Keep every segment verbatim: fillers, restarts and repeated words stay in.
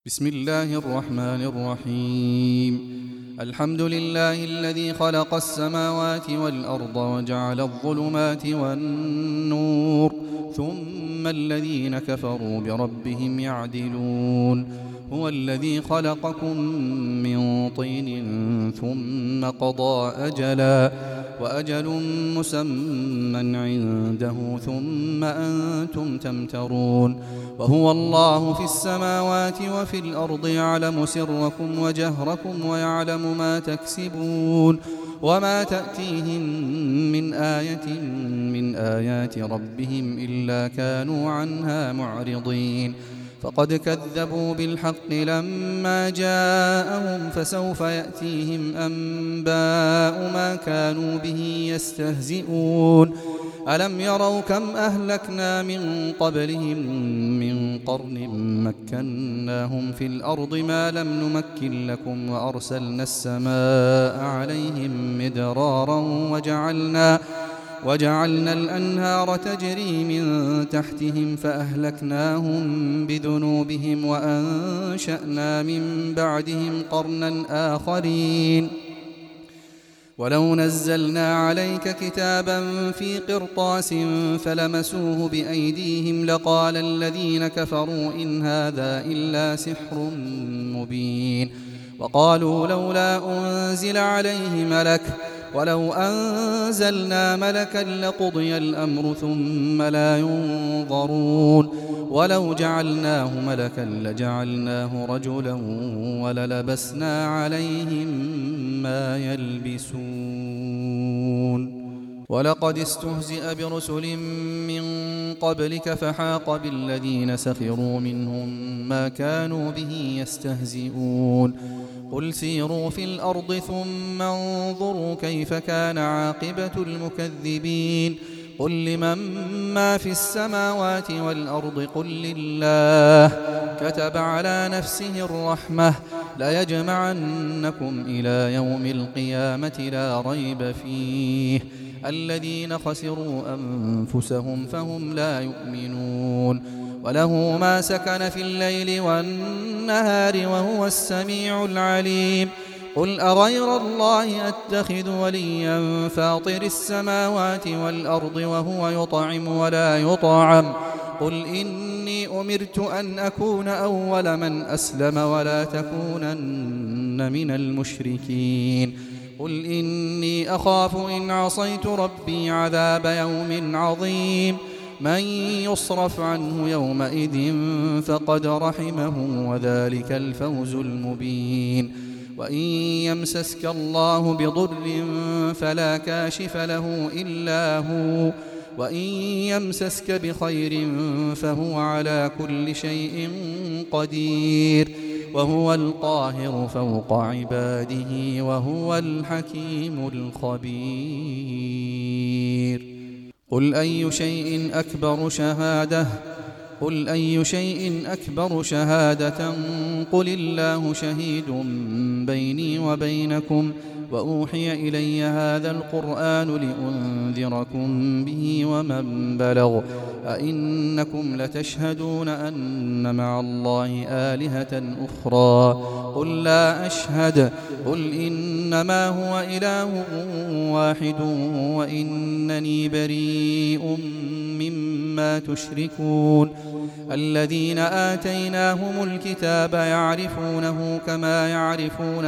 بسم الله الرحمن الرحيم. الحمد لله الذي خلق السماوات والأرض وجعل الظلمات والنور ثم الذين كفروا بربهم يعدلون. هو الذي خلقكم من طين ثم قضى أجلا وأجل مسمى عنده ثم أنتم تمترون. وهو الله في السماوات وفي الأرض يعلم سركم وجهركم ويعلم ما تكسبون وما تأتيهم من آية من آيات ربهم إلا كانوا عنها معرضين. فقد كذبوا بالحق لما جاءهم فسوف يأتيهم أنباء ما كانوا به يستهزئون. ألم يروا كم أهلكنا من قبلهم من قرن مكناهم في الأرض ما لم نمكن لكم وأرسلنا السماء عليهم مدرارا وجعلنا وجعلنا الأنهار تجري من تحتهم فأهلكناهم بذنوبهم وأنشأنا من بعدهم قرنا آخرين. ولو نزلنا عليك كتابا في قرطاس فلمسوه بأيديهم لقال الذين كفروا إن هذا إلا سحر مبين. وقالوا لولا أنزل عليه ملك ولو أنزلنا ملكا لقضي الأمر ثم لا ينظرون. ولو جعلناه ملكا لجعلناه رجلا وللبسنا عليهم ما يلبسون. ولقد استهزئ برسل من قبلك فحاق بالذين سخروا منهم ما كانوا به يستهزئون. قل سيروا في الأرض ثم انظروا كيف كان عاقبة المكذبين. قل لمن ما في السماوات والأرض قل لله كتب على نفسه الرحمة ليجمعنكم إلى يوم القيامة لا ريب فيه. الذين خسروا أنفسهم فهم لا يؤمنون. وله ما سكن في الليل والنهار وهو السميع العليم. قل أغير الله أتخذ وليا فاطر السماوات والأرض وهو يطعم ولا يطعم. قل إني أمرت أن أكون أول من أسلم ولا تكونن من المشركين. قل إني أخاف إن عصيت ربي عذاب يوم عظيم. من يصرف عنه يومئذ فقد رحمه وذلك الفوز المبين. وإن يمسسك الله بضر فلا كاشف له إلا هو وإن يمسسك بخير فهو على كل شيء قدير وهو القاهر فوق عباده وهو الحكيم الخبير. قل أي شيء أكبر شهادة قل أي شيء أكبر شهادة قل الله شهيد بيني وبينكم وأوحي إلي هذا القرآن لأنذركم به ومن بلغ. أئنكم لتشهدون أن مع الله آلهة أخرى قل لا أشهد. قل إنما هو إله واحد وإنني بريء مما تشركون. الذين آتيناهم الكتاب يعرفونه كما يعرفون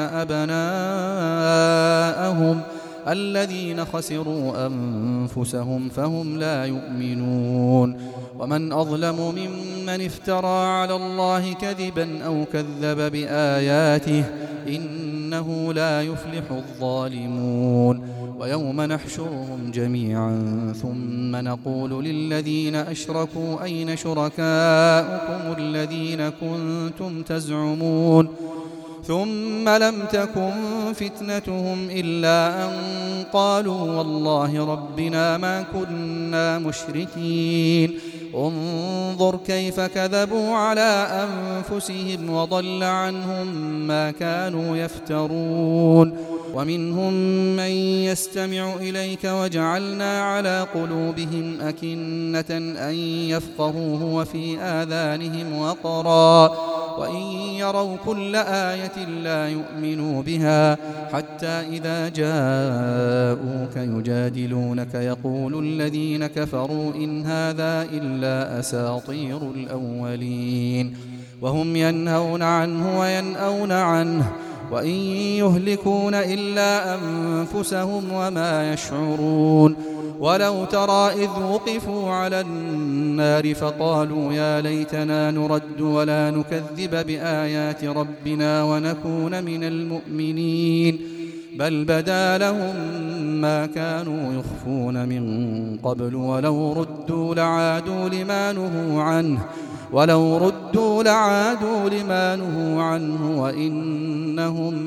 أبناءهم الذين خسروا أنفسهم فهم لا يؤمنون. ومن أظلم ممن افترى على الله كذبا أو كذب بآياته إنه لا يفلح الظالمون. ويوم نحشرهم جميعا ثم نقول للذين أشركوا أين شركاؤكم الذين كنتم تزعمون ثم لم تكن فتنتهم إلا أن قالوا والله ربنا ما كنا مشركين. انظر كيف كذبوا على أنفسهم وضل عنهم ما كانوا يفترون ومنهم من يستمع إليك وجعلنا على قلوبهم أكنة أن يفقهوه وفي آذانهم وقرا وإن يروا كل آية لا يؤمنوا بها حتى إذا جاءوك يجادلونك يقول الذين كفروا إن هذا إلا أساطير الأولين وهم ينهون عنه وينأون عنه وإن يهلكون إلا أنفسهم وما يشعرون ولو ترى إذ وقفوا على النار فقالوا يا ليتنا نرد ولا نكذب بآيات ربنا ونكون من المؤمنين بل بدا لهم ما كانوا يخفون من قبل ولو ردوا لعادوا لما نهوا عنه ولو ردوا لعادوا لما نهوا عنه وإنهم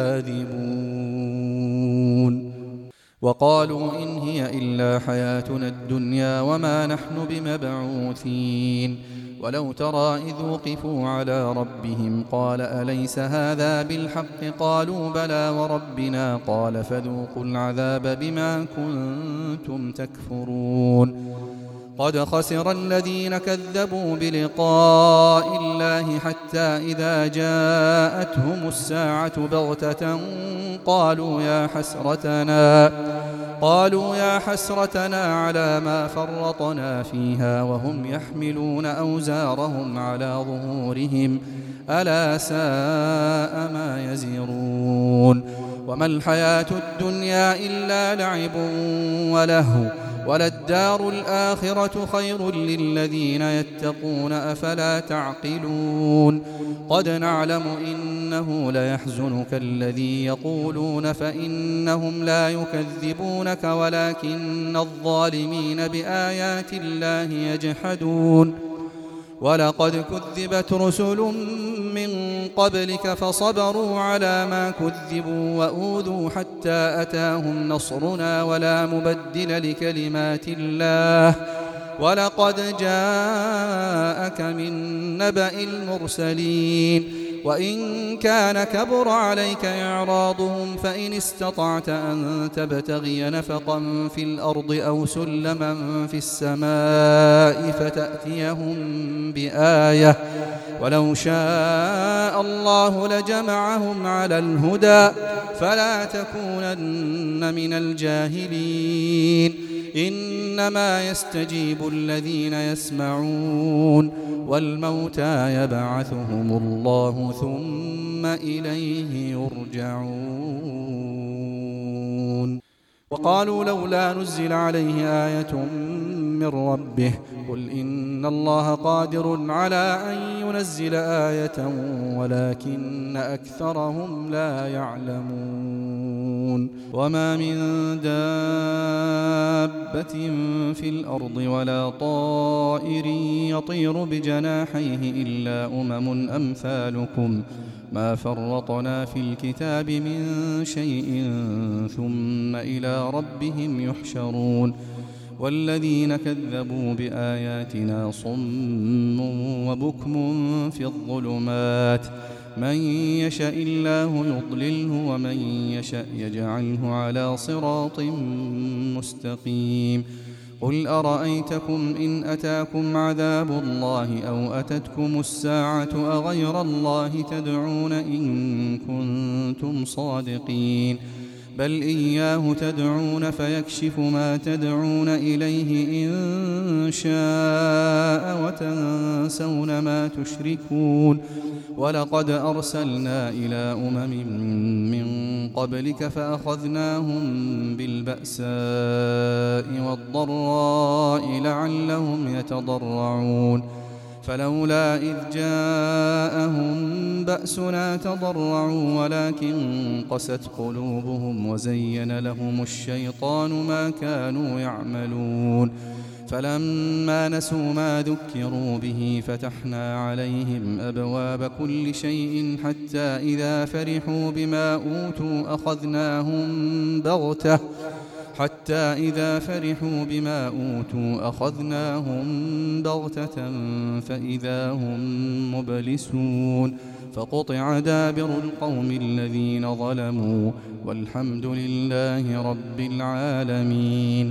لكاذبون وقالوا إن هي إلا حياتنا الدنيا وما نحن بمبعوثين ولو ترى إذ وقفوا على ربهم قال أليس هذا بالحق قالوا بلى وربنا قال فذوقوا العذاب بما كنتم تكفرون قد خسر الذين كذبوا بلقاء الله حتى إذا جاءتهم الساعة بغتة قالوا يا حسرتنا قالوا يا حسرتنا على ما فرطنا فيها وهم يحملون أوزارهم على ظهورهم ألا ساء ما يزرون وما الحياة الدنيا إلا لعب ولهو وللدار الآخرة خير للذين يتقون أفلا تعقلون قد نعلم إنه ليحزنك الذي يقولون فإنهم لا يكذبونك ولكن الظالمين بآيات الله يجحدون ولقد كذبت رسل من قبلك فصبروا على ما كذبوا وأوذوا حتى أتاهم نصرنا ولا مبدل لكلمات الله ولقد جاءك من نبأ المرسلين وإن كان كبر عليك إعراضهم فإن استطعت أن تبتغي نفقا في الأرض أو سلما في السماء فتأتيهم بآية ولو شاء الله لجمعهم على الهدى فلا تكونن من الجاهلين إنما يستجيب الذين يسمعون والموتى يبعثهم الله ثم إليه يرجعون وقالوا لولا نزل عليه آية من ربه قل إن الله قادر على أن ينزل آية ولكن أكثرهم لا يعلمون وما من دابة في الأرض ولا طائر يطير بجناحيه إلا أمم أمثالكم ما فرطنا في الكتاب من شيء ثم إلى ربهم يحشرون والذين كذبوا بآياتنا صم وبكم في الظلمات من يشاء الله يضلله ومن يشاء يجعله على صراط مستقيم قل أرأيتكم إن أتاكم عذاب الله أو أتتكم الساعة أغير الله تدعون إن كنتم صادقين بل إياه تدعون فيكشف ما تدعون إليه إن شاء وتنسون ما تشركون ولقد أرسلنا إلى أمم من قبلك فأخذناهم بالبأساء والضراء لعلهم يتضرعون فلولا إذ جاءهم بأسنا تضرعوا ولكن قست قلوبهم وزين لهم الشيطان ما كانوا يعملون فلما نسوا ما ذكروا به فتحنا عليهم أبواب كل شيء حتى إذا فرحوا بما أوتوا أخذناهم بغتة حتى إذا فرحوا بما أوتوا أخذناهم بغتة فإذا هم مبلسون فقطع دابر القوم الذين ظلموا والحمد لله رب العالمين.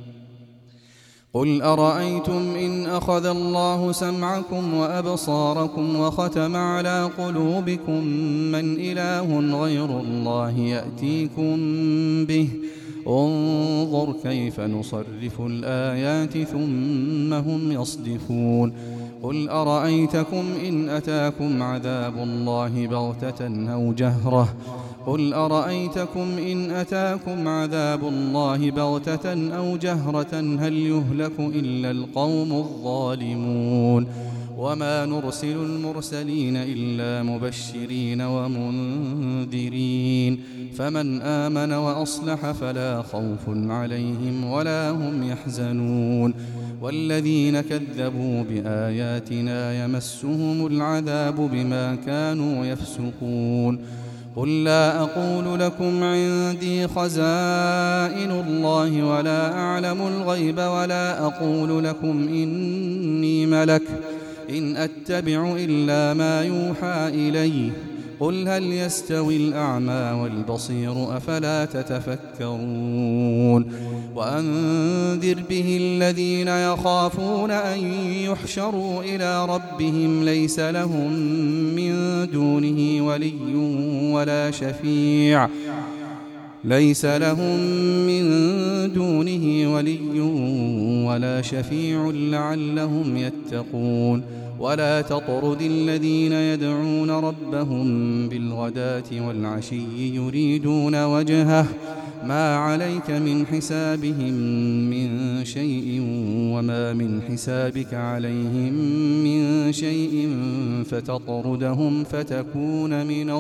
قل أرأيتم إن أخذ الله سمعكم وأبصاركم وختم على قلوبكم من إله غير الله يأتيكم به انظر كيف نصرف الآيات ثم هم يصدفون. قل أرأيتكم إن أتاكم عذاب الله بغتة أو جهرة قل أرأيتكم إن أتاكم عذاب الله بغتة أو جهرة هل يهلك إلا القوم الظالمون. وما نرسل المرسلين إلا مبشرين ومنذرين فمن آمن وأصلح فلا خوف عليهم ولا هم يحزنون. والذين كذبوا بآياتنا يمسهم العذاب بما كانوا يفسقون. قل لا أقول لكم عندي خزائن الله ولا أعلم الغيب ولا أقول لكم إني ملك إن أتبع إلا ما يوحى إلي قل هل يستوي الأعمى والبصير أفلا تتفكرون. وأنذر به الذين يخافون أن يحشروا إلى ربهم ليس لهم من دونه ولي ولا شفيع ليس لهم من دونه ولي ولا شفيع لعلهم يتقون. ولا تطرد الذين يدعون ربهم بالغداة والعشي يريدون وجهه ما عليك من حسابهم من شيء وما من حسابك عليهم من شيء فتطردهم فتكون من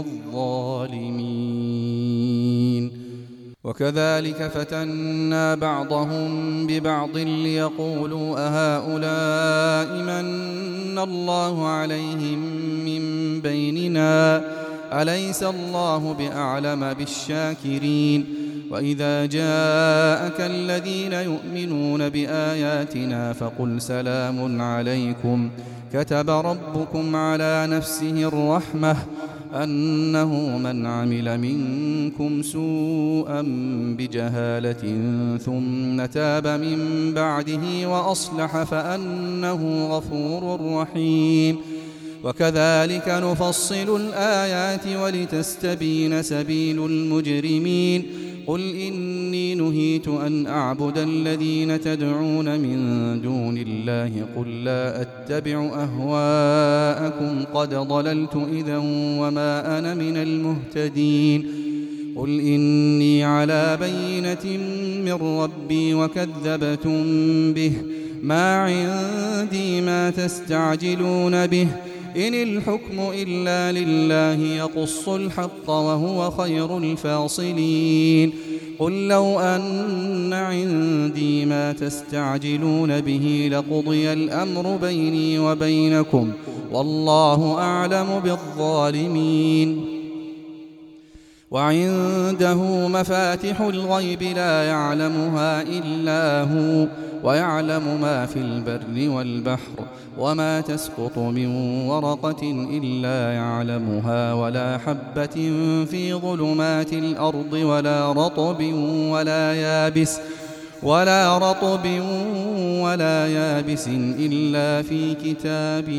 الظالمين. وكذلك فتنا بعضهم ببعض ليقولوا أهؤلاء من الله عليهم من بيننا أليس الله بأعلم بالشاكرين. وإذا جاءك الذين يؤمنون بآياتنا فقل سلام عليكم كتب ربكم على نفسه الرحمة أنه من عمل منكم سوءا بجهالة ثم تاب من بعده وأصلح فأنه غفور رحيم. وكذلك نفصل الآيات ولتستبين سبيل المجرمين. قل إني نهيت أن أعبد الذين تدعون من دون الله قل لا أتبع أهواءكم قد ضللت إذا وما أنا من المهتدين. قل إني على بينة من ربي وكذبتم به ما عندي ما تستعجلون به إن الحكم إلا لله يقص الحق وهو خير الفاصلين. قل لو أن عندي ما تستعجلون به لقضي الأمر بيني وبينكم والله أعلم بالظالمين. وعنده مفاتح الغيب لا يعلمها إلا هو ويعلم ما في البر والبحر وما تسقط من ورقة إلا يعلمها ولا حبة في ظلمات الأرض ولا رطب ولا يابس ولا رطب ولا يابس إلا في كتاب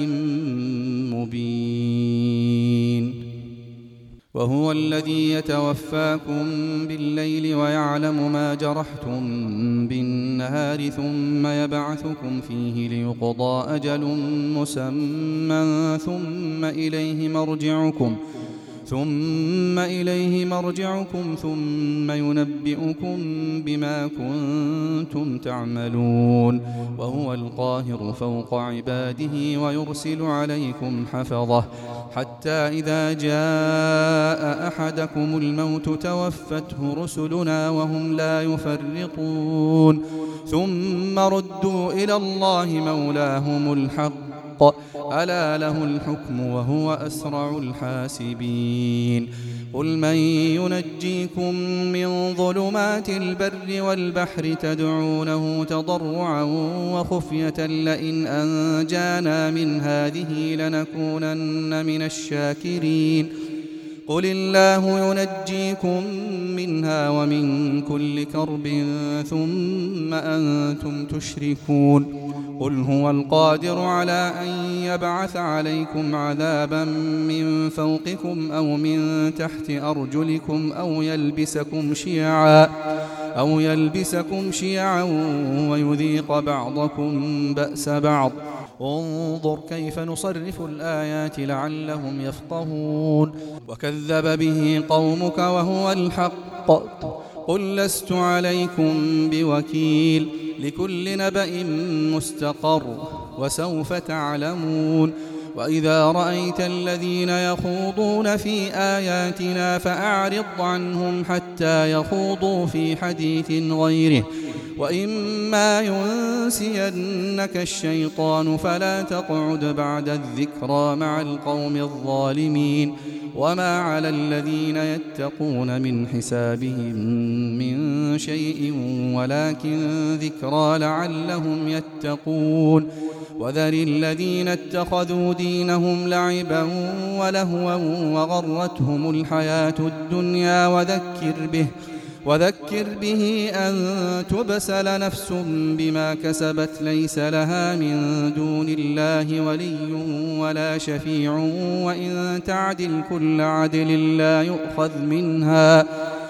مبين. وهو الذي يتوفاكم بالليل ويعلم ما جرحتم بالنهار ثم يبعثكم فيه ليقضى أجل مسمى ثم إليه مرجعكم ثم إليه مرجعكم ثم ينبئكم بما كنتم تعملون. وهو القاهر فوق عباده ويرسل عليكم حفظه حتى إذا جاء أحدكم الموت توفته رسلنا وهم لا يفرطون ثم ردوا إلى الله مولاهم الحق ألا له الحكم وهو أسرع الحاسبين. الظالمين قل من ينجيكم من ظلمات البر والبحر تدعونه تضرعا وخفية لئن أنجانا من هذه لنكونن من الشاكرين قل الله ينجيكم منها ومن كل كرب ثم أنتم تشركون قل هو القادر على أن يبعث عليكم عذابا من فوقكم أو من تحت أرجلكم أو يلبسكم شيعا أو يلبسكم شيعا ويذيق بعضكم بأس بعض انظر كيف نصرف الآيات لعلهم يفقهون وكذب به قومك وهو الحق قل لست عليكم بوكيل لكل نبأ مستقر وسوف تعلمون وإذا رأيت الذين يخوضون في آياتنا فأعرض عنهم حتى يخوضوا في حديث غيره وإما ينسينك الشيطان فلا تقعد بعد الذكرى مع القوم الظالمين وما على الذين يتقون من حسابهم من شيء ولكن ذكرى لعلهم يتقون وذر الذين اتخذوا دينهم لعبا ولهوا وغرتهم الحياة الدنيا وذكر به وذكر به أن تبسل نفس بما كسبت ليس لها من دون الله ولي ولا شفيع وإن تعدل كل عدل لا يؤخذ منها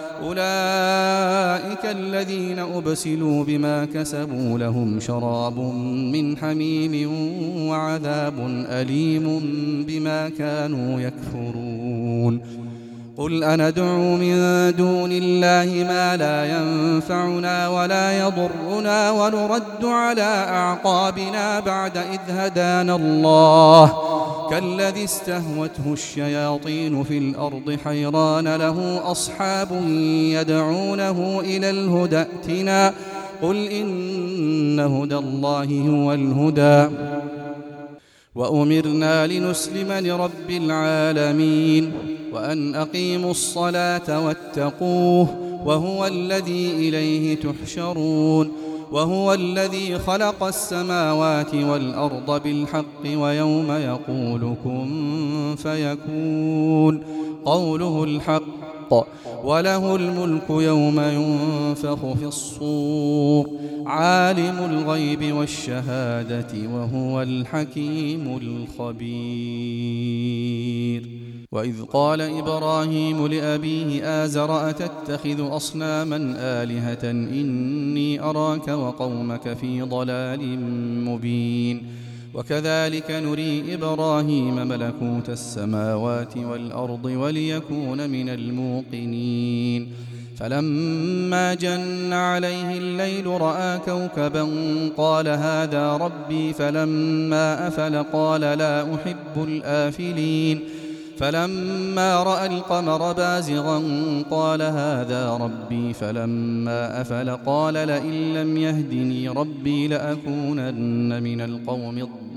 أولئك الذين أبسلوا بما كسبوا لهم شراب من حميم وعذاب أليم بما كانوا يكفرون قل أندعو من دون الله ما لا ينفعنا ولا يضرنا ونرد على أعقابنا بعد إذ هدانا الله كالذي استهوته الشياطين في الأرض حيران له أصحاب يدعونه إلى الهدى ائتنا قل إن هدى الله هو الهدى وأمرنا لنسلم لرب العالمين وأن أقيموا الصلاة واتقوه وهو الذي إليه تحشرون وهو الذي خلق السماوات والأرض بالحق ويوم يقول كن فيكون قوله الحق وله الملك يوم ينفخ في الصور عالم الغيب والشهادة وهو الحكيم الخبير وإذ قال إبراهيم لأبيه آزر أتتخذ أصناما آلهة إني أراك وقومك في ضلال مبين وكذلك نري إبراهيم ملكوت السماوات والأرض وليكون من الموقنين فلما جن عليه الليل رأى كوكبا قال هذا ربي فلما أفل قال لا أحب الآفلين فلما رأى القمر بازغا قال هذا ربي فلما أفل قال لئن لم يهدني ربي لأكونن من القوم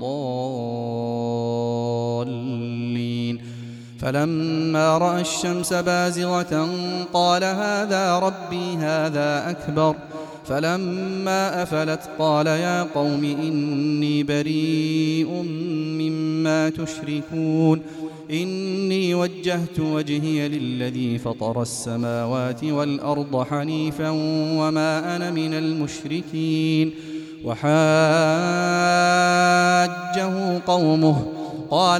الضالين فلما رأى الشمس بازغة قال هذا ربي هذا أكبر فلما أفلت قال يا قوم إني بريء مما تشركون إني وجهت وجهي للذي فطر السماوات والأرض حنيفا وما أنا من المشركين وحاجه قومه قال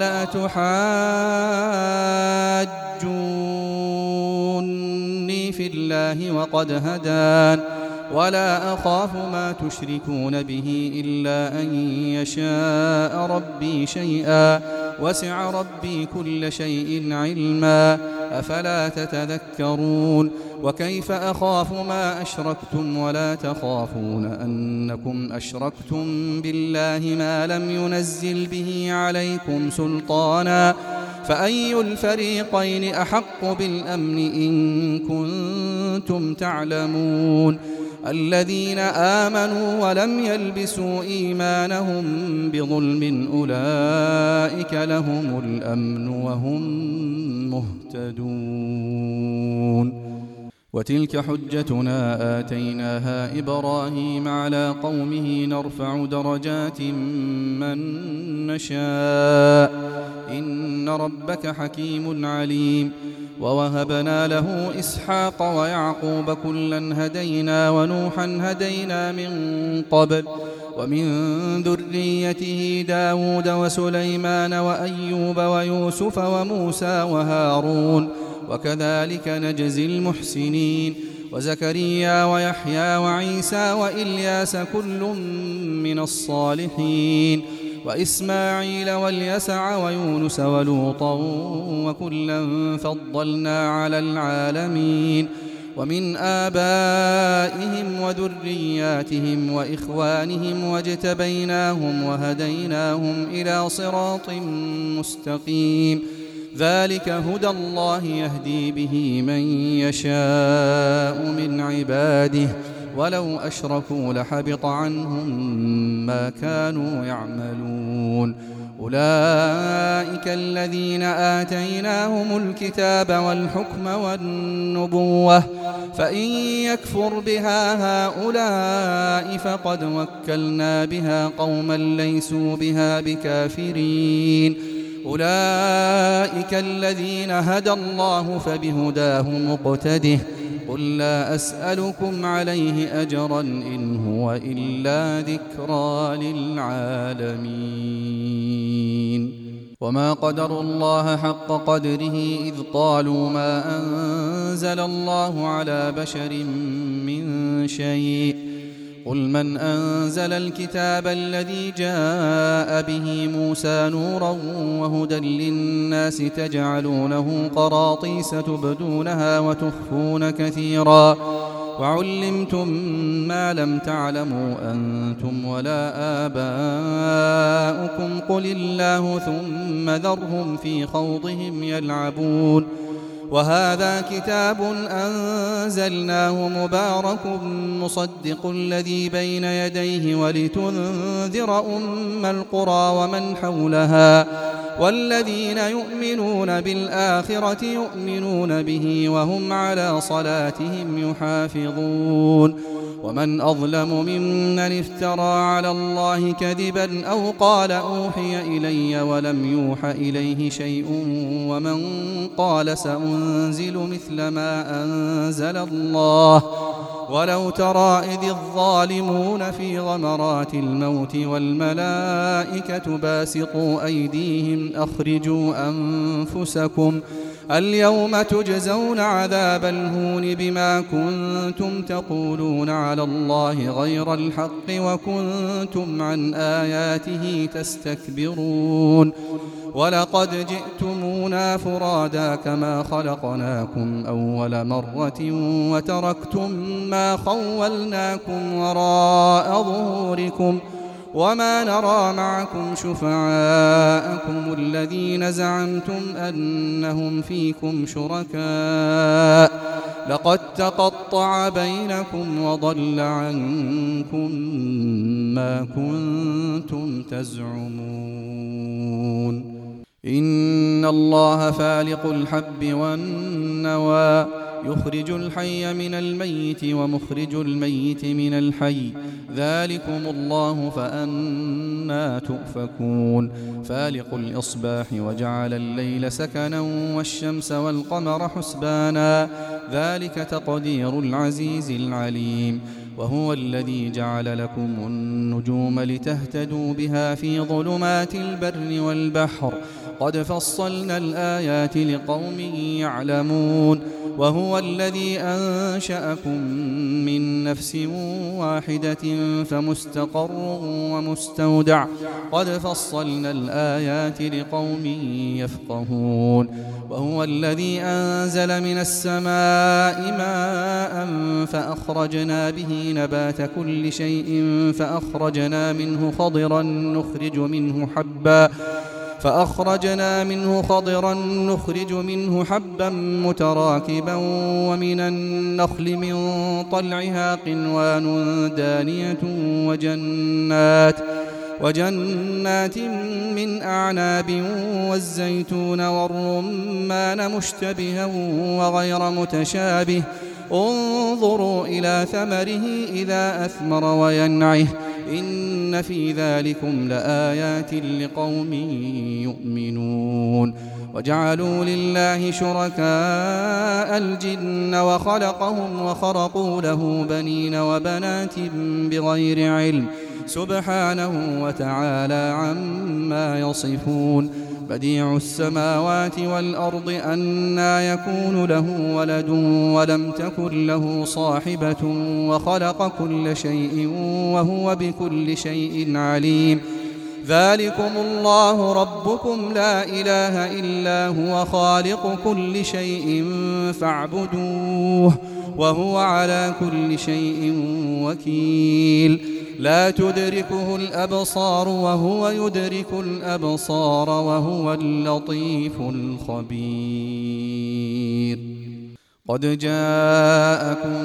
أتحاجوني في الله وقد هدان ولا أخاف ما تشركون به إلا أن يشاء ربي شيئا وسع ربي كل شيء علما أفلا تتذكرون وكيف أخاف ما أشركتم ولا تخافون أنكم أشركتم بالله ما لم ينزل به عليكم سلطانا فأي الفريقين أحق بالأمن إن كنتم تعلمون الذين آمنوا ولم يلبسوا إيمانهم بظلم أولئك لهم الأمن وهم مهتدون. وتلك حجتنا آتيناها إبراهيم على قومه نرفع درجات من نشاء إن ربك حكيم عليم. ووهبنا له إسحاق ويعقوب كلا هدينا ونوحا هدينا من قبل ومن ذريته داود وسليمان وأيوب ويوسف وموسى وهارون وكذلك نجزي المحسنين. وزكريا ويحيى وعيسى وإلياس كل من الصالحين وإسماعيل واليسع ويونس ولوطا وكلا فضلنا على العالمين. ومن آبائهم وذرياتهم وإخوانهم واجتبيناهم وهديناهم إلى صراط مستقيم. ذلك هدى الله يهدي به من يشاء من عباده ولو أشركوا لحبط عنهم ما كانوا يعملون. أولئك الذين آتيناهم الكتاب والحكم والنبوة فإن يكفر بها هؤلاء فقد وكلنا بها قوما ليسوا بها بكافرين. أولئك الذين هدى الله فبهداه مقتده قل لا أسألكم عليه أجرا إن هو إلا ذكرى للعالمين. وما قدروا الله حق قدره إذ قالوا ما أنزل الله على بشر من شيء قل من أنزل الكتاب الذي جاء به موسى نورا وهدى للناس تجعلونه قراطيس تبدونها وتخفون كثيرا وعلمتم ما لم تعلموا أنتم ولا آباؤكم قل الله ثم ذرهم في خوضهم يلعبون. وهذا كتاب أنزلناه مبارك مصدق الذي بين يديه ولتنذر أم القرى ومن حولها والذين يؤمنون بالآخرة يؤمنون به وهم على صلاتهم يحافظون. ومن أظلم ممن افترى على الله كذبا أو قال أوحي إلي ولم يوح إليه شيء ومن قال سأنزل مثل ما أنزل الله ولو ترى إذ الظالمون في غمرات الموت والملائكة باسطوا أيديهم أخرجوا أنفسكم اليوم تجزون عذاب الهون بما كنتم تقولون على الله غير الحق وكنتم عن آياته تستكبرون. ولقد جئتمونا فرادا كما خلقناكم أول مرة وتركتم ما خولناكم وراء ظهوركم وما نرى معكم شفعاءكم الذين زعمتم أنهم فيكم شركاء لقد تقطع بينكم وضل عنكم ما كنتم تزعمون. إن الله فالق الحب والنوى يخرج الحي من الميت ومخرج الميت من الحي ذلكم الله فأنى تؤفكون. فالق الإصباح وجعل الليل سكنا والشمس والقمر حسبانا ذلك تقدير العزيز العليم. وهو الذي جعل لكم النجوم لتهتدوا بها في ظلمات البر والبحر قد فصلنا الآيات لقوم يعلمون. وهو الذي أنشأكم من نفس واحدة فمستقر ومستودع قد فصلنا الآيات لقوم يفقهون. وهو الذي أنزل من السماء ماء فأخرجنا به نبات كل شيء فأخرجنا منه خضرا نخرج منه حبا فأخرجنا منه خضرا نخرج منه حبا متراكبا ومن النخل من طلعها قنوان دانية وجنات وجنات من أعناب والزيتون والرمان مشتبها وغير متشابه انظروا إلى ثمره إذا أثمر وينعه إن في ذلكم لآيات لقوم يؤمنون وجعلوا لله شركاء الجن وخلقهم وخرقوا له بنين وبنات بغير علم سبحانه وتعالى عما يصفون بديع السماوات والأرض أنى يكون له ولد ولم تكن له صاحبة وخلق كل شيء وهو بكل شيء عليم ذلكم الله ربكم لا إله إلا هو خالق كل شيء فاعبدوه وهو على كل شيء وكيل لا تدركه الأبصار وهو يدرك الأبصار وهو اللطيف الخبير قد جاءكم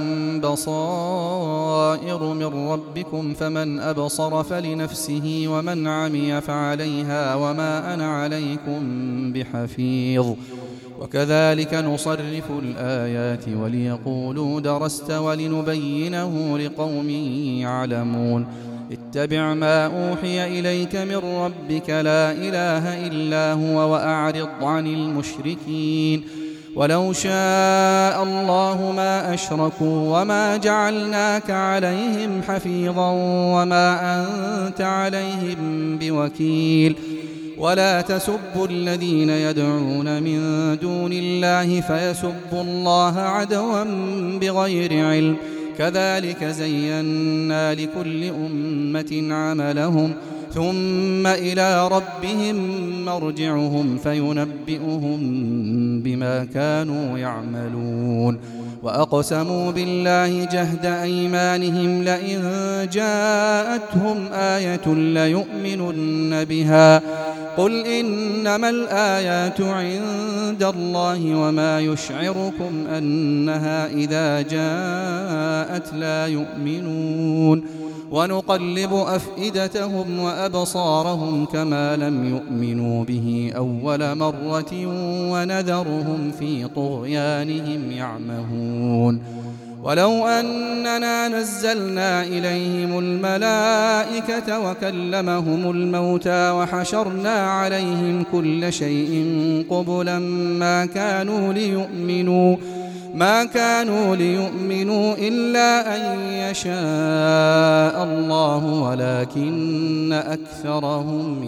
بصائر من ربكم فمن أبصر فلنفسه ومن عمي فعليها وما أنا عليكم بحفيظ وكذلك نصرف الآيات وليقولوا درست ولنبينه لقوم يعلمون اتبع ما أوحي إليك من ربك لا إله إلا هو وأعرض عن المشركين ولو شاء الله ما أشركوا وما جعلناك عليهم حفيظا وما أنت عليهم بوكيل ولا تسبوا الذين يدعون من دون الله فيسبوا الله عدوا بغير علم كذلك زينا لكل أمة عملهم ثم إلى ربهم مرجعهم فينبئهم بما كانوا يعملون وأقسموا بالله جهد أيمانهم لئن جاءتهم آية ليؤمنن بها قل إنما الآيات عند الله وما يشعركم أنها إذا جاءت لا يؤمنون ونقلب أفئدتهم وأبصارهم كما لم يؤمنوا به أول مرة ونذرهم في طغيانهم يعمهون ولو أننا نزلنا إليهم الملائكة وكلمهم الموتى وحشرنا عليهم كل شيء قبلا ما كانوا ليؤمنوا ما كانوا ليؤمنوا إلا أن يشاء الله ولكن أكثرهم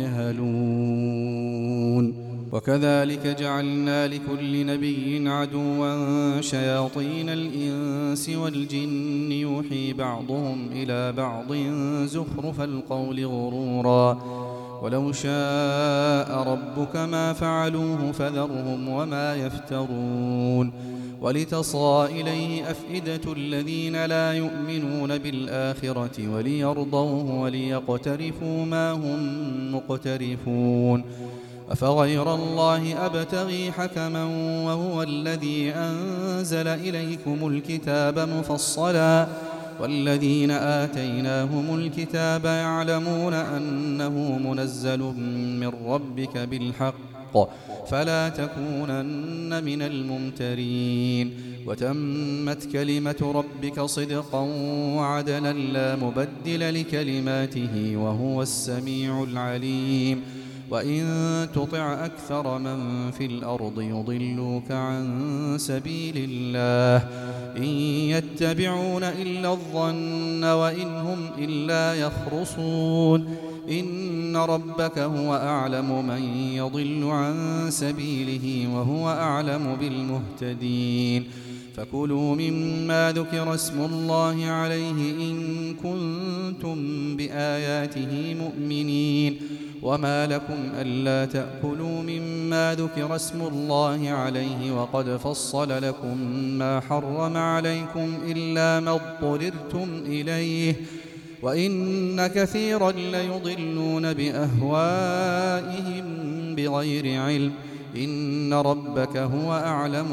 يجهلون وكذلك جعلنا لكل نبي عدوا شياطين الإنس والجن يوحي بعضهم إلى بعض زخرف القول غرورا ولو شاء ربك ما فعلوه فذرهم وما يفترون ولتصغى إليه أفئدة الذين لا يؤمنون بالآخرة وليرضوه وليقترفوا ما هم مقترفون أفغير الله أبتغي حكما وهو الذي أنزل إليكم الكتاب مفصلا والذين آتيناهم الكتاب يعلمون أنه منزل من ربك بالحق فلا تكونن من الممترين وتمت كلمة ربك صدقا وعدلا لا مبدل لكلماته وهو السميع العليم وإن تطع أكثر من في الأرض يضلوك عن سبيل الله إن يتبعون إلا الظن وإن هم إلا يخرصون إن ربك هو أعلم من يضل عن سبيله وهو أعلم بالمهتدين فكلوا مما ذكر اسم الله عليه إن كنتم بآياته مؤمنين وما لكم ألا تأكلوا مما ذكر اسم الله عليه وقد فصل لكم ما حرم عليكم إلا ما اضطررتم إليه وإن كثيرا ليضلون بأهوائهم بغير علم إن ربك هو أعلم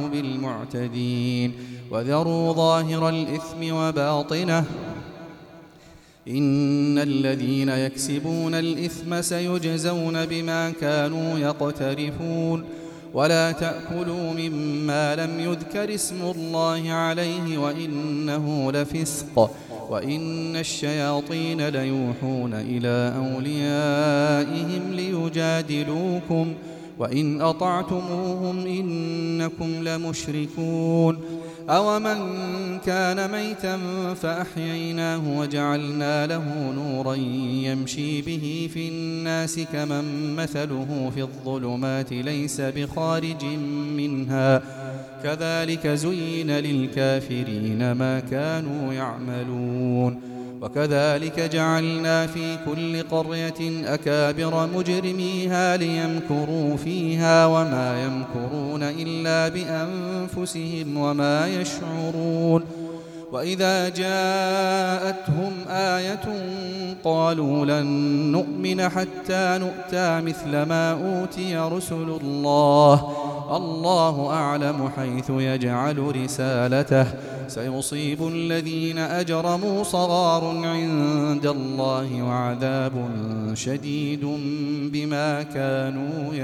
بالمعتدين وذروا ظاهر الإثم وباطنه إن الذين يكسبون الإثم سيجزون بما كانوا يقترفون ولا تأكلوا مما لم يذكر اسم الله عليه وإنه لفسق وإن الشياطين ليوحون إلى أوليائهم ليجادلوكم وإن أطعتموهم إنكم لمشركون أومن كان ميتا فأحييناه وجعلنا له نورا يمشي به في الناس كمن مثله في الظلمات ليس بخارج منها كذلك زين للكافرين ما كانوا يعملون وكذلك جعلنا في كل قرية أكابر مجرميها ليمكروا فيها وما يمكرون إلا بأنفسهم وما يشعرون وإذا جاءتهم آية قالوا لن نؤمن حتى نؤتى مثل ما أوتي رسل الله الله أعلم حيث يجعل رسالته سيصيب الذين أجرموا صغار عند الله وعذاب شديد بما كانوا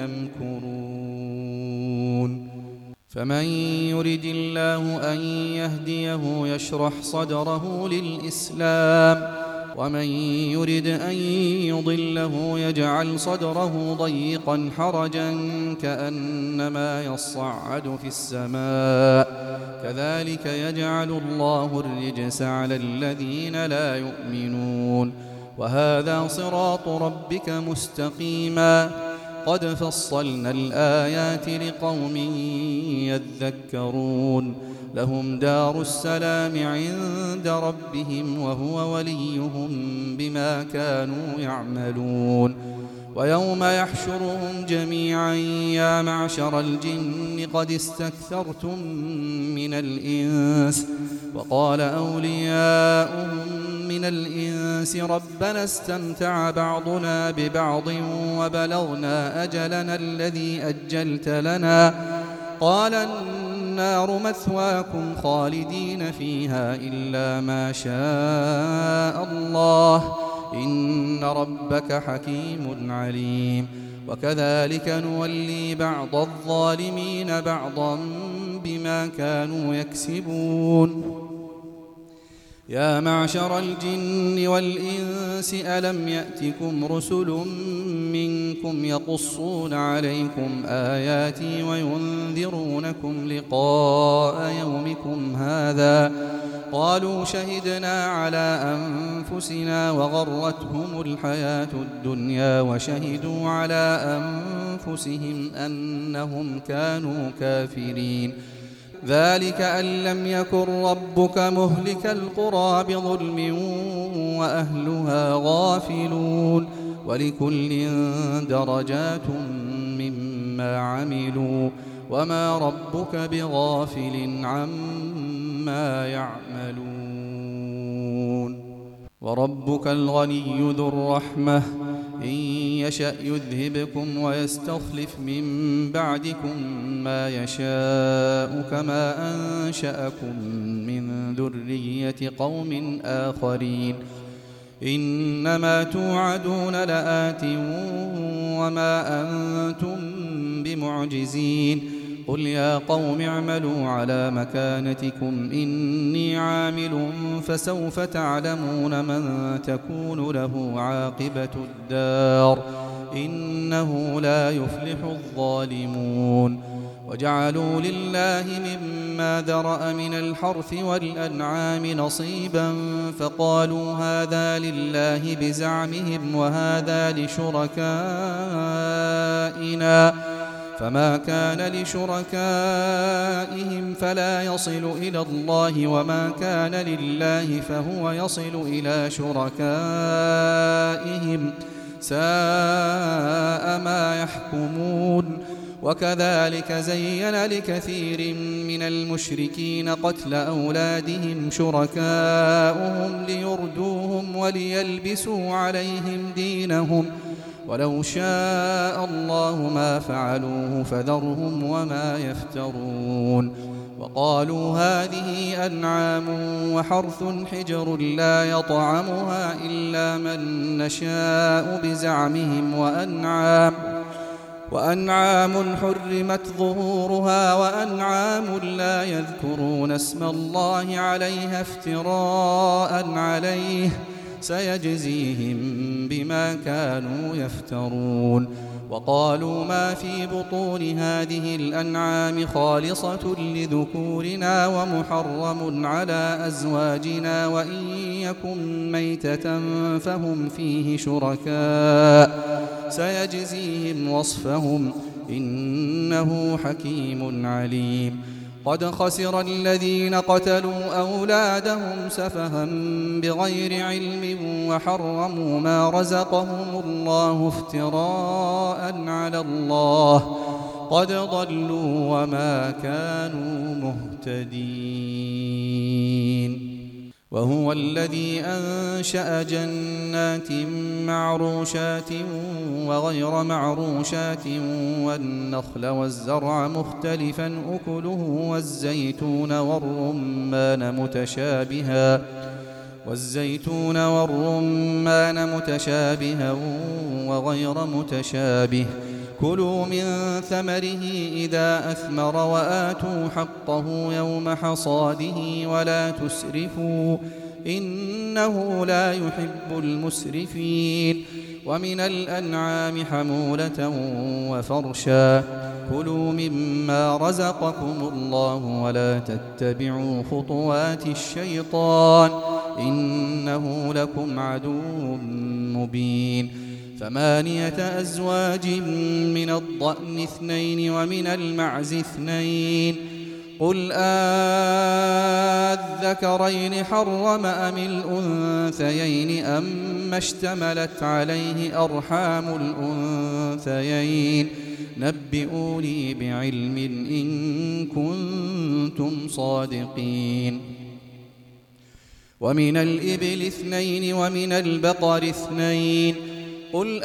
يمكرون فمن يرد الله أن يهديه يشرح صدره للإسلام ومن يرد أن يضله يجعل صدره ضيقا حرجا كأنما يصعد في السماء كذلك يجعل الله الرجس على الذين لا يؤمنون وهذا صراط ربك مستقيما قد فصلنا الآيات لقوم يذكرون لهم دار السلام عند ربهم وهو وليهم بما كانوا يعملون ويوم يحشرهم جميعا يا معشر الجن قد استكثرتم من الإنس وقال أولياؤهم من الإنس ربنا استمتع بعضنا ببعض وبلغنا أجلنا الذي أجلت لنا قال النار مثواكم خالدين فيها إلا ما شاء الله إن ربك حكيم عليم وكذلك نولي بعض الظالمين بعضا بما كانوا يكسبون يا معشر الجن والإنس ألم يأتكم رسل منكم يقصون عليكم آياتي وينذرونكم لقاء يومكم هذا قالوا شهدنا على أنفسنا وغرتهم الحياة الدنيا وشهدوا على أنفسهم أنهم كانوا كافرين ذلك أن لم يكن ربك مهلك القرى بظلم وأهلها غافلون ولكل درجات مما عملوا وما ربك بغافل عما يعملون وربك الغني ذو الرحمة إن يشأ يذهبكم ويستخلف من بعدكم ما يشاء كما أنشأكم من ذرية قوم آخرين إنما توعدون لآت وما أنتم بمعجزين قل يا قوم اعملوا على مكانتكم إني عامل فسوف تعلمون من تكون له عاقبة الدار إنه لا يفلح الظالمون وجعلوا لله مما ذرأ من الحرث والأنعام نصيبا فقالوا هذا لله بزعمهم وهذا لشركائنا فما كان لشركائهم فلا يصل إلى الله وما كان لله فهو يصل إلى شركائهم ساء ما يحكمون وكذلك زين لكثير من المشركين قتل أولادهم شركاؤهم ليردوهم وليلبسوا عليهم دينهم ولو شاء الله ما فعلوه فذرهم وما يفترون وقالوا هذه أنعام وحرث حجر لا يطعمها إلا من نشاء بزعمهم وأنعام وأنعام حرمت ظهورها وأنعام لا يذكرون اسم الله عليها افتراء عليه سيجزيهم بما كانوا يفترون. وقالوا ما في بطون هذه الأنعام خالصة لذكورنا ومحرم على أزواجنا وإن يكن ميتة فهم فيه شركاء سيجزيهم وصفهم إنه حكيم عليم. قد خسر الذين قتلوا أولادهم سفها بغير علم وحرموا ما رزقهم الله افتراء على الله قد ضلوا وما كانوا مهتدين. وهو الذي أنشأ جنات معروشات وغير معروشات والنخل والزرع مختلفا أكله والزيتون والرمان متشابها والزيتون والرمان متشابها وغير متشابه كلوا من ثمره إذا أثمر وآتوا حقه يوم حصاده ولا تسرفوا إنه لا يحب المسرفين. ومن الأنعام حمولة وفرشا كلوا مما رزقكم الله ولا تتبعوا خطوات الشيطان إنه لكم عدو مبين. ثمانية أزواج من الضأن اثنين ومن المعز اثنين قل آذكرين حرم أم الأنثيين أما اشتملت عليه أرحام الأنثيين نبئوني بعلم إن كنتم صادقين. ومن الإبل اثنين ومن البقر اثنين قل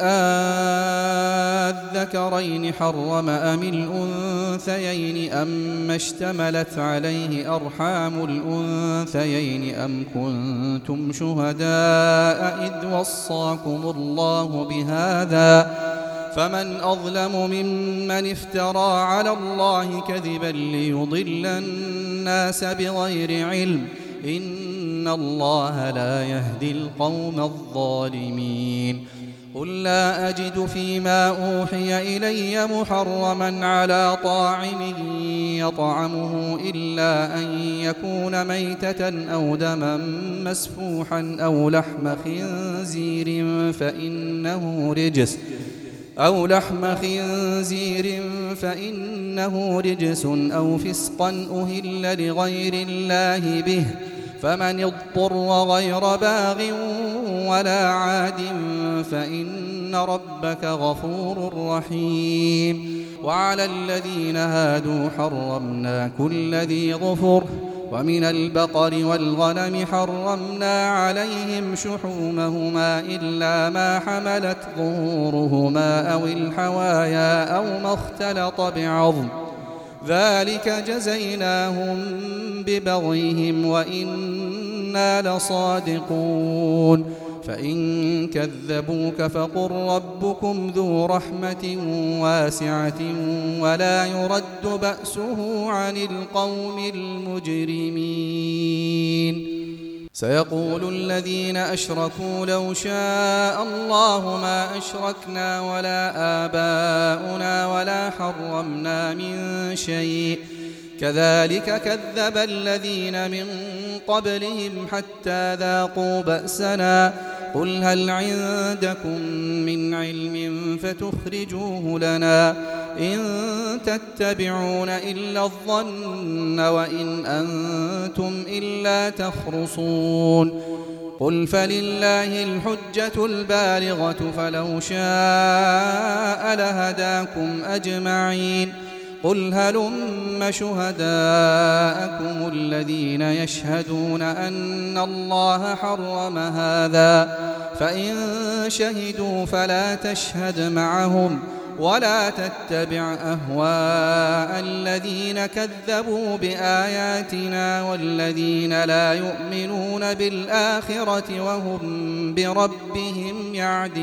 آذكرين حرم أم الأنثيين أما اشتملت عليه أرحام الأنثيين أم كنتم شهداء إذ وصاكم الله بهذا فمن أظلم ممن افترى على الله كذبا ليضل الناس بغير علم إن الله لا يهدي القوم الظالمين. قل لا أجد فيما أوحي إلي محرما على طاعم يطعمه إلا أن يكون ميتة أو دما مسفوحا أو لحم خنزير فإنه رجس أو لحم خنزير فإنه رجس أو فسقا أهل لغير الله به فمن اضطر غير باغ ولا عاد فإن ربك غفور رحيم. وعلى الذين هادوا حرمنا كل ذي ظفر ومن البقر والغنم حرمنا عليهم شحومهما إلا ما حملت ظهورهما أو الحوايا أو ما اختلط بعظم ذلك جزيناهم ببغيهم وإنا لصادقون. فإن كذبوك فقل ربكم ذو رحمة واسعة ولا يرد بأسه عن القوم المجرمين. سيقول الذين أشركوا لو شاء الله ما أشركنا ولا آباؤنا ولا حرمنا من شيء كذلك كذب الذين من قبلهم حتى ذاقوا بأسنا قل هل عندكم من علم فتخرجوه لنا إن تتبعون إلا الظن وإن أنتم إلا تخرصون. قل فلله الحجة البالغة فلو شاء لهداكم أجمعين. قل هلم شهداءكم الذين يشهدون أن الله حرم هذا فإن شهدوا فلا تشهد معهم ولا تتبع أهواء الذين كذبوا بآياتنا والذين لا يؤمنون بالآخرة وهم بربهم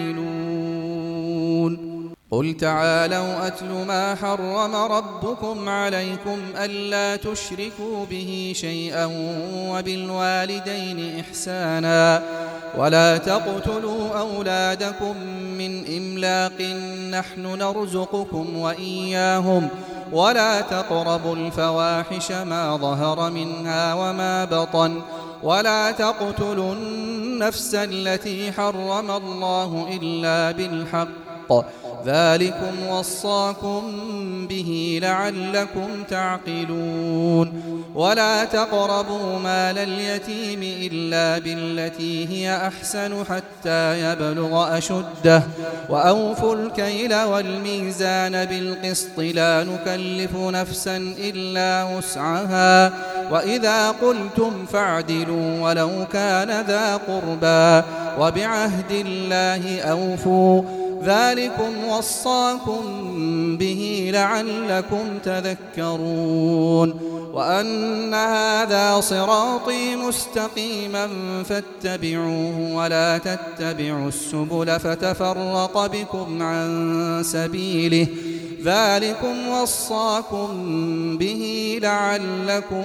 يعدلون. قل تعالوا أتل ما حرم ربكم عليكم ألا تشركوا به شيئا وبالوالدين إحسانا ولا تقتلوا أولادكم من إملاق نحن نرزقكم وإياهم ولا تقربوا الفواحش ما ظهر منها وما بطن ولا تقتلوا النفس التي حرم الله إلا بالحق ذلكم وصاكم به لعلكم تعقلون. ولا تقربوا مال اليتيم إلا بالتي هي أحسن حتى يبلغ أشده وأوفوا الكيل والميزان بالقسط لا نكلف نفسا إلا وسعها وإذا قلتم فاعدلوا ولو كان ذا قربى وبعهد الله أوفوا ذلكم وصاكم به لعلكم تذكرون. وأن هذا صراطي مستقيما فاتبعوه ولا تتبعوا السبل فتفرق بكم عن سبيله ذلكم وصاكم به لعلكم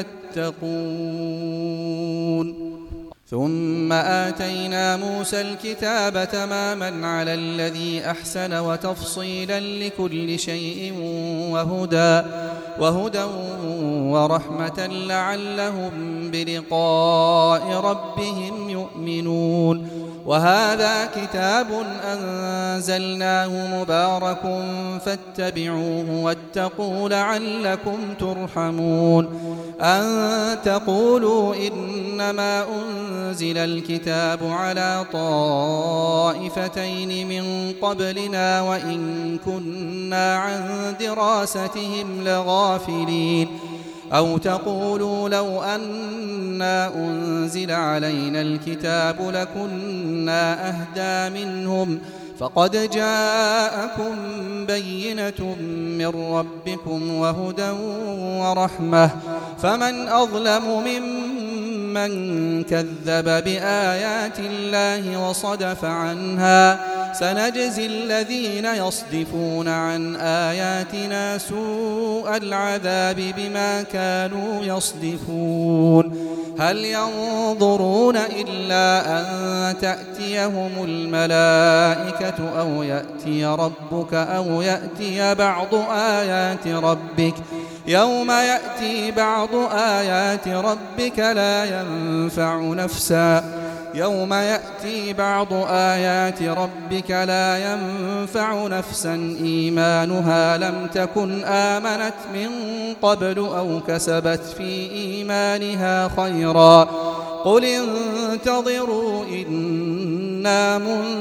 تتقون. ثم آتينا موسى الكتاب تماما على الذي أحسن وتفصيلا لكل شيء وهدى وهدى ورحمة لعلهم بلقاء ربهم يؤمنون. وهذا كتاب أنزلناه مبارك فاتبعوه واتقوا لعلكم ترحمون. أن تقولوا إنما أنزل الكتاب على طائفتين من قبلنا وإن كنا عن دراستهم لغافلين. أو تقولوا لو أنا أنزل علينا الكتاب لكنا أهدى منهم فقد جاءكم بينة من ربكم وهدى ورحمة فمن أظلم ممن كذب بآيات الله وصدف عنها سنجزي الذين يصدفون عن آياتنا سوء العذاب بما كانوا يصدفون. هل ينظرون إلا أن تأتيهم الملائكة أو يأتي ربك أو يأتي بعض آيات ربك يوم يأتي بعض آيات ربك لا ينفع نفسا يوم يأتي بعض آيات ربك لا ينفع نفسا إيمانها لم تكن آمنت من قبل أو كسبت في إيمانها خيرا قل انتظروا إنا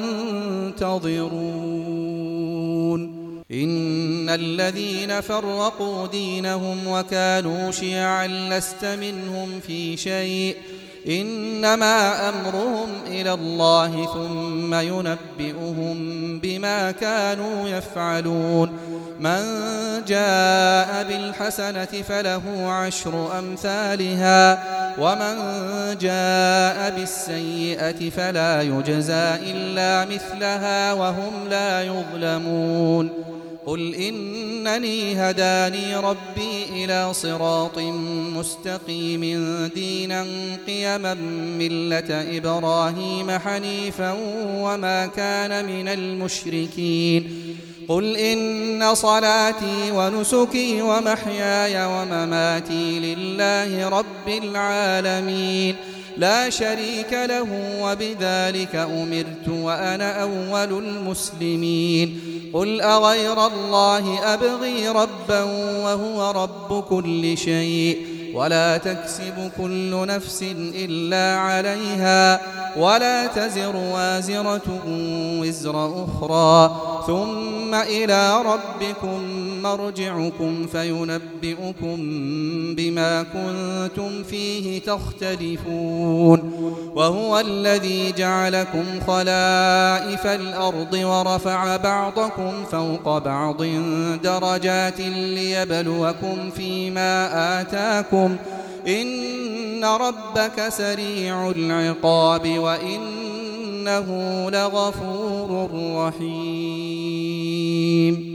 منتظرون. إن الذين فرقوا دينهم وكانوا شيعا لست منهم في شيء إنما أمرهم إلى الله ثم ينبئهم بما كانوا يفعلون. من جاء بالحسنة فله عشر أمثالها ومن جاء بالسيئة فلا يجزى إلا مثلها وهم لا يظلمون. قل إنني هداني ربي إلى صراط مستقيم دينا قيما ملة إبراهيم حنيفا وما كان من المشركين. قل إن صلاتي ونسكي ومحياي ومماتي لله رب العالمين لا شريك له وبذلك أمرت وأنا أول المسلمين. قل أغير الله أبغي ربا وهو رب كل شيء ولا تكسب كل نفس إلا عليها ولا تزر وازرة وزر أخرى ثم إلى ربكم مرجعكم فينبئكم بما كنتم فيه تختلفون وهو الذي جعلكم خلائف الأرض ورفع بعضكم فوق بعض درجات ليبلوكم فيما آتاكم إن ربك سريع العقاب وإنه لغفور رحيم